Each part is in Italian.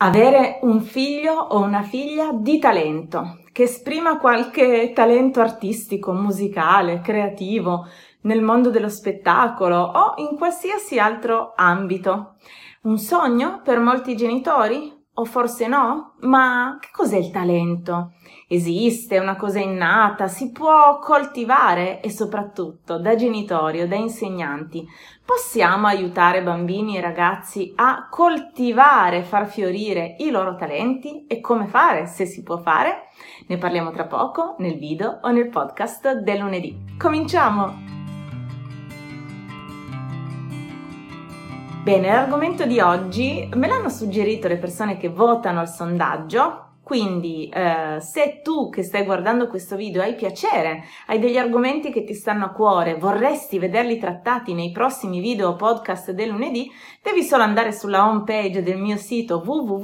Avere un figlio o una figlia di talento, che esprima qualche talento artistico, musicale, creativo, nel mondo dello spettacolo o in qualsiasi altro ambito. Un sogno per molti genitori? O forse no? Ma che cos'è il talento? Esiste, è una cosa innata, si può coltivare e soprattutto da genitori o da insegnanti possiamo aiutare bambini e ragazzi a coltivare, far fiorire i loro talenti e come fare, se si può fare? Ne parliamo tra poco nel video o nel podcast del lunedì. Cominciamo! Bene, l'argomento di oggi me l'hanno suggerito le persone che votano al sondaggio, quindi se tu che stai guardando questo video hai piacere, hai degli argomenti che ti stanno a cuore, vorresti vederli trattati nei prossimi video o podcast del lunedì, devi solo andare sulla home page del mio sito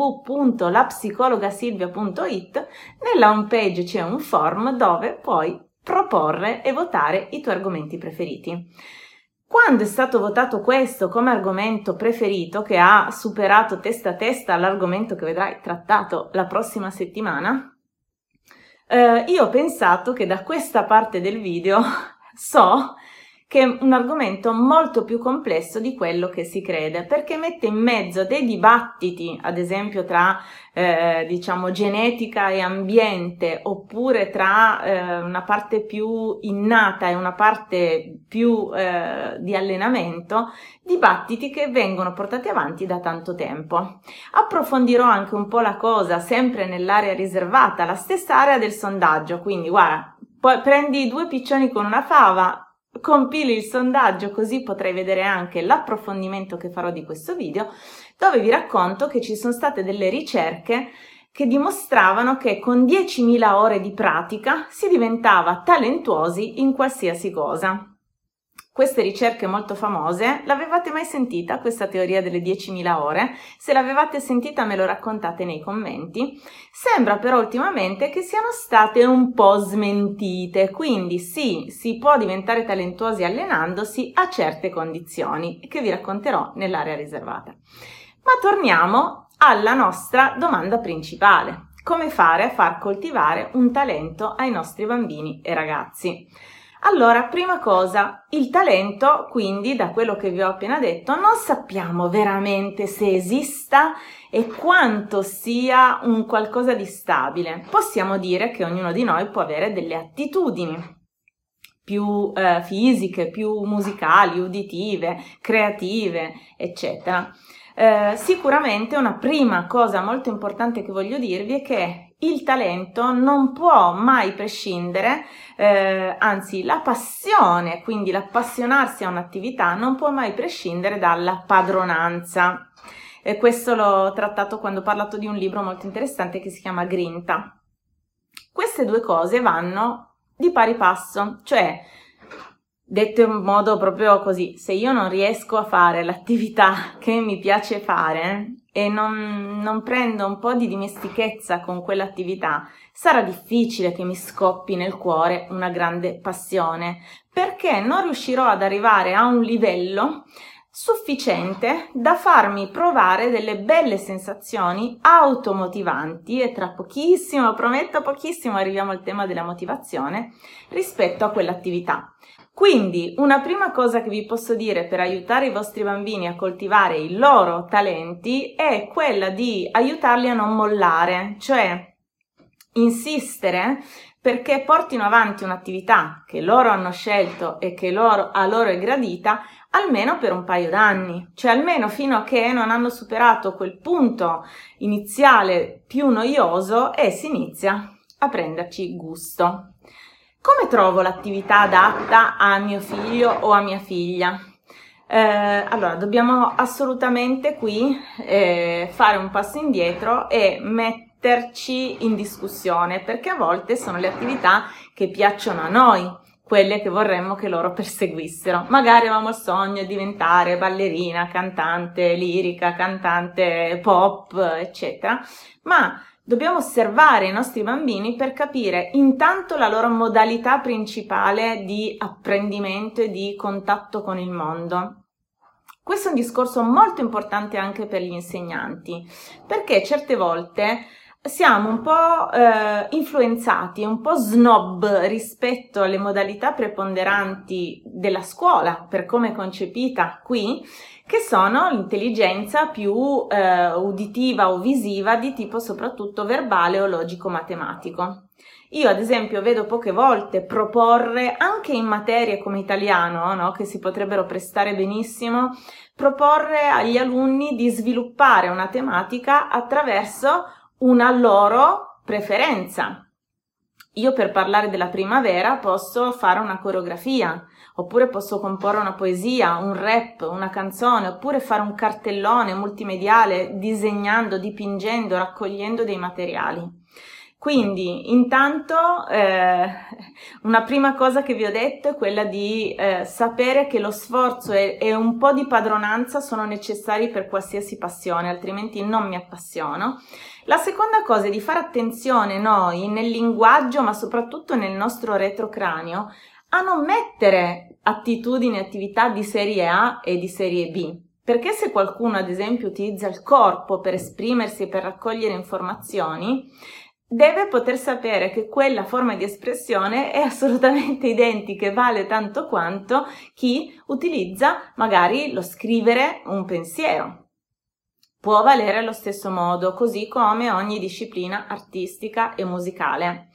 www.lapsicologasilvia.it. Nella home page c'è un form dove puoi proporre e votare i tuoi argomenti preferiti. Quando è stato votato questo come argomento preferito, che ha superato testa a testa l'argomento che vedrai trattato la prossima settimana, io ho pensato che da questa parte del video so che è un argomento molto più complesso di quello che si crede, perché mette in mezzo dei dibattiti, ad esempio tra genetica e ambiente, oppure tra una parte più innata e una parte più di allenamento, dibattiti che vengono portati avanti da tanto tempo. Approfondirò anche un po' la cosa, sempre nell'area riservata, la stessa area del sondaggio, quindi guarda, poi prendi 2 piccioni con una fava, compili il sondaggio, così potrai vedere anche l'approfondimento che farò di questo video, dove vi racconto che ci sono state delle ricerche che dimostravano che con 10.000 ore di pratica si diventava talentuosi in qualsiasi cosa. Queste ricerche molto famose, l'avevate mai sentita questa teoria delle 10.000 ore? Se l'avevate sentita me lo raccontate nei commenti. Sembra però ultimamente che siano state un po' smentite, quindi sì, si può diventare talentuosi allenandosi a certe condizioni, che vi racconterò nell'area riservata. Ma torniamo alla nostra domanda principale: come fare a far coltivare un talento ai nostri bambini e ragazzi? Allora, prima cosa, il talento, quindi, da quello che vi ho appena detto, non sappiamo veramente se esista e quanto sia un qualcosa di stabile. Possiamo dire che ognuno di noi può avere delle attitudini più fisiche, più musicali, uditive, creative, eccetera. Sicuramente una prima cosa molto importante che voglio dirvi è che il talento non può mai prescindere, anzi la passione, quindi l'appassionarsi a un'attività non può mai prescindere dalla padronanza. Questo l'ho trattato quando ho parlato di un libro molto interessante che si chiama Grinta. Queste due cose vanno di pari passo, cioè, detto in modo proprio così, se io non riesco a fare l'attività che mi piace fare e non prendo un po' di dimestichezza con quell'attività, sarà difficile che mi scoppi nel cuore una grande passione, perché non riuscirò ad arrivare a un livello sufficiente da farmi provare delle belle sensazioni automotivanti, e tra pochissimo, prometto pochissimo, arriviamo al tema della motivazione rispetto a quell'attività. Quindi una prima cosa che vi posso dire per aiutare i vostri bambini a coltivare i loro talenti è quella di aiutarli a non mollare, cioè insistere perché portino avanti un'attività che loro hanno scelto e che a loro è gradita almeno per un paio d'anni, cioè almeno fino a che non hanno superato quel punto iniziale più noioso e si inizia a prenderci gusto. Come trovo l'attività adatta a mio figlio o a mia figlia? Allora, dobbiamo assolutamente qui fare un passo indietro e metterci in discussione, perché a volte sono le attività che piacciono a noi, quelle che vorremmo che loro perseguissero. Magari avevamo il sogno di diventare ballerina, cantante lirica, cantante pop, eccetera, ma dobbiamo osservare i nostri bambini per capire intanto la loro modalità principale di apprendimento e di contatto con il mondo. Questo è un discorso molto importante anche per gli insegnanti, perché certe volte siamo un po' influenzati, un po' snob rispetto alle modalità preponderanti della scuola, per come è concepita qui, che sono l'intelligenza più uditiva o visiva di tipo soprattutto verbale o logico-matematico. Io ad esempio vedo poche volte proporre, anche in materie come italiano, no, che si potrebbero prestare benissimo, proporre agli alunni di sviluppare una tematica attraverso una loro preferenza. Io per parlare della primavera posso fare una coreografia, oppure posso comporre una poesia, un rap, una canzone, oppure fare un cartellone multimediale disegnando, dipingendo, raccogliendo dei materiali. Quindi intanto una prima cosa che vi ho detto è quella di sapere che lo sforzo e un po' di padronanza sono necessari per qualsiasi passione, altrimenti non mi appassiono. La seconda cosa è di fare attenzione noi nel linguaggio, ma soprattutto nel nostro retrocranio, a non mettere attitudini e attività di serie A e di serie B. Perché se qualcuno ad esempio utilizza il corpo per esprimersi e per raccogliere informazioni, deve poter sapere che quella forma di espressione è assolutamente identica e vale tanto quanto chi utilizza magari lo scrivere un pensiero. Può valere allo stesso modo, così come ogni disciplina artistica e musicale.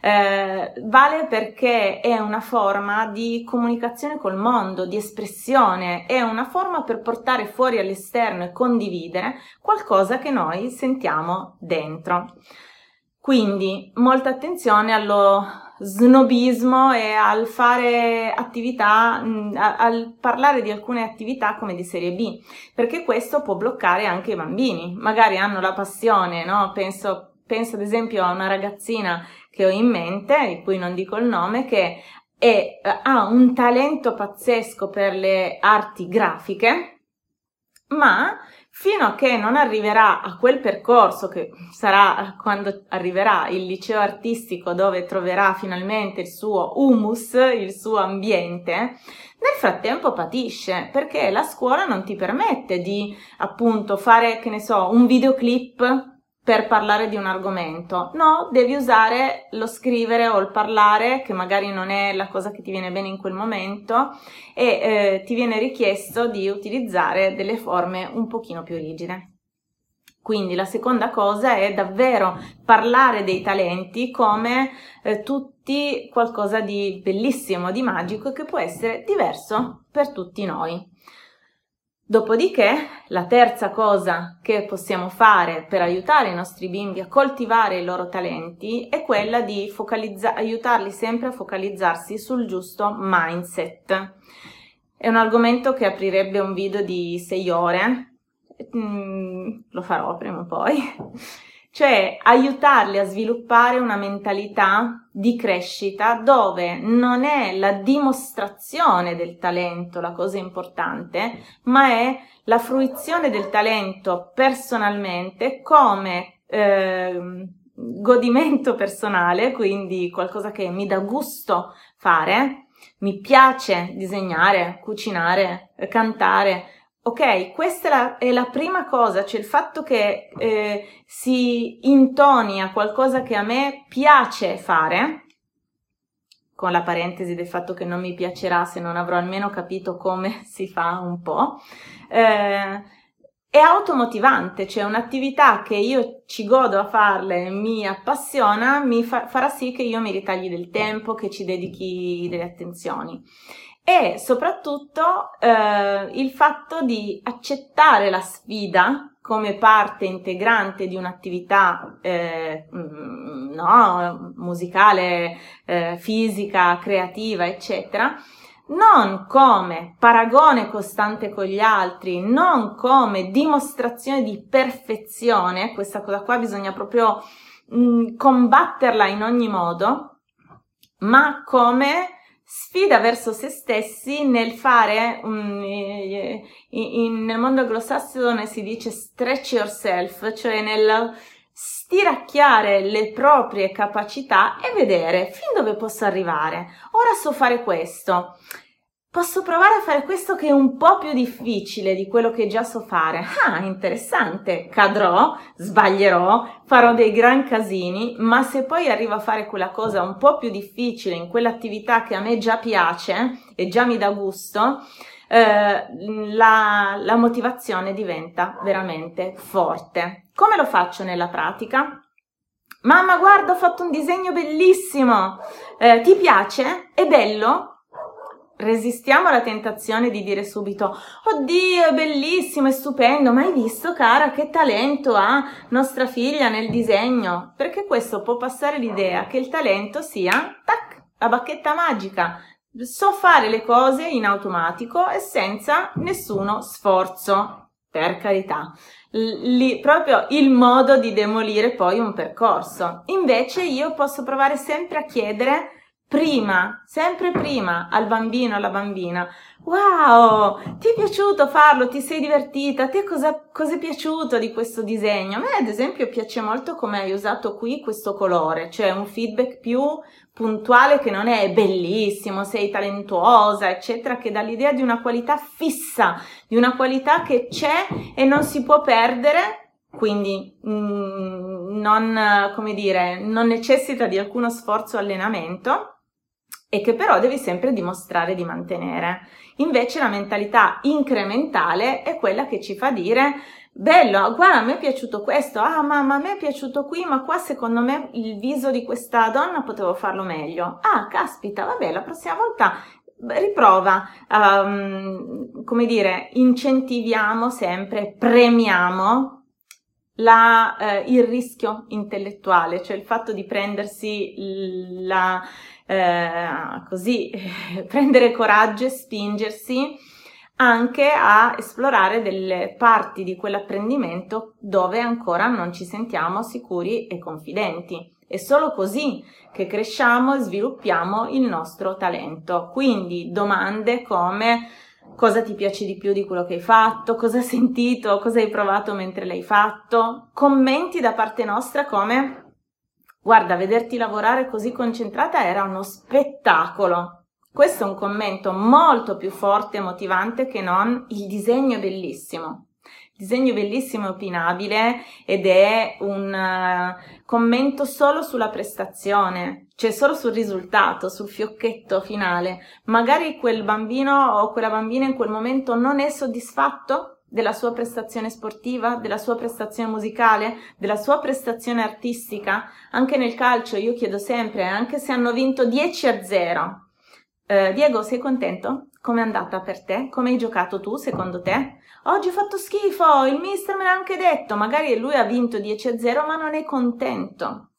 Vale perché è una forma di comunicazione col mondo, di espressione, è una forma per portare fuori all'esterno e condividere qualcosa che noi sentiamo dentro. Quindi molta attenzione allo snobismo e al fare attività, al parlare di alcune attività come di serie B, perché questo può bloccare anche i bambini. Magari hanno la passione, no? Penso ad esempio a una ragazzina che ho in mente, di cui non dico il nome, che ha un talento pazzesco per le arti grafiche, ma fino a che non arriverà a quel percorso che sarà quando arriverà il liceo artistico, dove troverà finalmente il suo humus, il suo ambiente, nel frattempo patisce, perché la scuola non ti permette di appunto fare, che ne so, un videoclip per parlare di un argomento. No, devi usare lo scrivere o il parlare, che magari non è la cosa che ti viene bene in quel momento, e ti viene richiesto di utilizzare delle forme un pochino più rigide. Quindi la seconda cosa è davvero parlare dei talenti come tutti qualcosa di bellissimo, di magico, che può essere diverso per tutti noi. Dopodiché, la terza cosa che possiamo fare per aiutare i nostri bimbi a coltivare i loro talenti è quella di aiutarli sempre a focalizzarsi sul giusto mindset. È un argomento che aprirebbe un video di 6 ore, lo farò prima o poi, cioè aiutarli a sviluppare una mentalità di crescita dove non è la dimostrazione del talento la cosa importante, ma è la fruizione del talento personalmente come godimento personale, quindi qualcosa che mi dà gusto fare, mi piace disegnare, cucinare, cantare. Ok, questa è la prima cosa, cioè il fatto che si intoni a qualcosa che a me piace fare, con la parentesi del fatto che non mi piacerà se non avrò almeno capito come si fa un po', è automotivante, cioè un'attività che io ci godo a farla e mi appassiona, farà sì che io mi ritagli del tempo, che ci dedichi delle attenzioni. E soprattutto il fatto di accettare la sfida come parte integrante di un'attività musicale, fisica, creativa, eccetera, non come paragone costante con gli altri, non come dimostrazione di perfezione, questa cosa qua bisogna proprio combatterla in ogni modo, ma come sfida verso se stessi nel fare, nel mondo anglosassone si dice stretch yourself, cioè nel stiracchiare le proprie capacità e vedere fin dove posso arrivare. Ora so fare questo. posso provare a fare questo che è un po' più difficile di quello che già so fare. Ah, interessante, cadrò, sbaglierò, farò dei gran casini, ma se poi arrivo a fare quella cosa un po' più difficile in quell'attività che a me già piace e già mi dà gusto, la motivazione diventa veramente forte. Come lo faccio nella pratica? Mamma, guarda, ho fatto un disegno bellissimo, ti piace? È bello? Resistiamo alla tentazione di dire subito: oddio, è bellissimo, è stupendo, ma hai visto, cara, che talento ha nostra figlia nel disegno? Perché questo può passare l'idea che il talento sia, tac, la bacchetta magica. So fare le cose in automatico e senza nessuno sforzo, per carità. Proprio il modo di demolire poi un percorso. Invece io posso provare sempre a chiedere prima, sempre prima, al bambino, alla bambina: wow, ti è piaciuto farlo? Ti sei divertita? A te cosa è piaciuto di questo disegno? A me, ad esempio, piace molto come hai usato qui questo colore, cioè un feedback più puntuale, che non è bellissimo, sei talentuosa, eccetera, che dà l'idea di una qualità fissa, di una qualità che c'è e non si può perdere, quindi non, come dire, non necessita di alcuno sforzo o allenamento, e che però devi sempre dimostrare di mantenere. Invece la mentalità incrementale è quella che ci fa dire: bello, guarda, a me è piaciuto questo, ah mamma, a me è piaciuto qui, ma qua secondo me il viso di questa donna potevo farlo meglio. Ah, caspita, vabbè, la prossima volta riprova. Come dire, incentiviamo sempre, premiamo il rischio intellettuale, cioè il fatto di prendersi prendere coraggio e spingersi anche a esplorare delle parti di quell'apprendimento dove ancora non ci sentiamo sicuri e confidenti. È solo così che cresciamo e sviluppiamo il nostro talento. Quindi domande come: cosa ti piace di più di quello che hai fatto? Cosa hai sentito? Cosa hai provato mentre l'hai fatto? Commenti da parte nostra come: guarda, vederti lavorare così concentrata era uno spettacolo. Questo è un commento molto più forte e motivante che non il disegno è bellissimo. Il disegno è bellissimo e opinabile ed è un commento solo sulla prestazione, cioè solo sul risultato, sul fiocchetto finale. Magari quel bambino o quella bambina in quel momento non è soddisfatto della sua prestazione sportiva, della sua prestazione musicale, della sua prestazione artistica. Anche nel calcio io chiedo sempre, anche se hanno vinto 10-0, Diego, sei contento? Com'è andata per te? Come hai giocato tu, secondo te? Oggi ho fatto schifo, il mister me l'ha anche detto. Magari lui ha vinto 10-0 ma non è contento.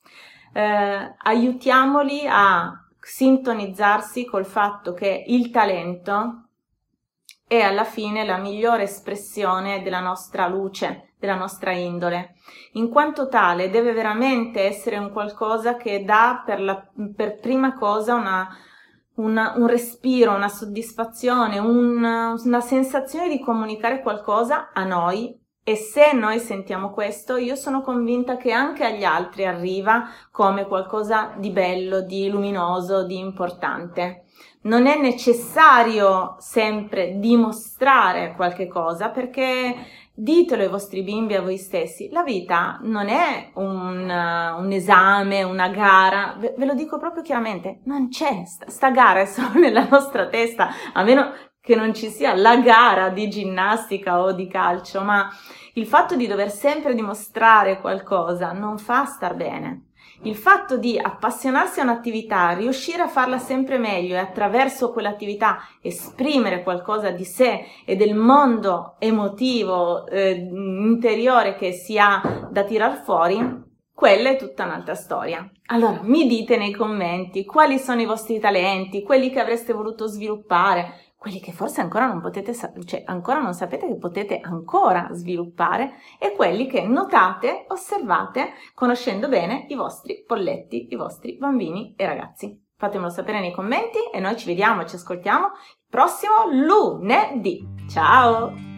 Aiutiamoli a sintonizzarsi col fatto che il talento è alla fine la migliore espressione della nostra luce, della nostra indole. In quanto tale deve veramente essere un qualcosa che dà per prima cosa un respiro, una soddisfazione, una sensazione di comunicare qualcosa a noi, e se noi sentiamo questo, io sono convinta che anche agli altri arriva come qualcosa di bello, di luminoso, di importante. Non è necessario sempre dimostrare qualche cosa, perché ditelo ai vostri bimbi e a voi stessi, la vita non è un esame, una gara, ve lo dico proprio chiaramente, non c'è, sta gara è solo nella nostra testa, a meno che non ci sia la gara di ginnastica o di calcio, ma il fatto di dover sempre dimostrare qualcosa non fa star bene. Il fatto di appassionarsi a un'attività, riuscire a farla sempre meglio e attraverso quell'attività esprimere qualcosa di sé e del mondo emotivo interiore che si ha da tirar fuori, quella è tutta un'altra storia. Allora, mi dite nei commenti quali sono i vostri talenti, quelli che avreste voluto sviluppare, quelli che forse ancora non potete, cioè ancora non sapete che potete ancora sviluppare, e quelli che notate, osservate, conoscendo bene i vostri polletti, i vostri bambini e ragazzi. Fatemelo sapere nei commenti e noi ci vediamo e ci ascoltiamo il prossimo lunedì. Ciao!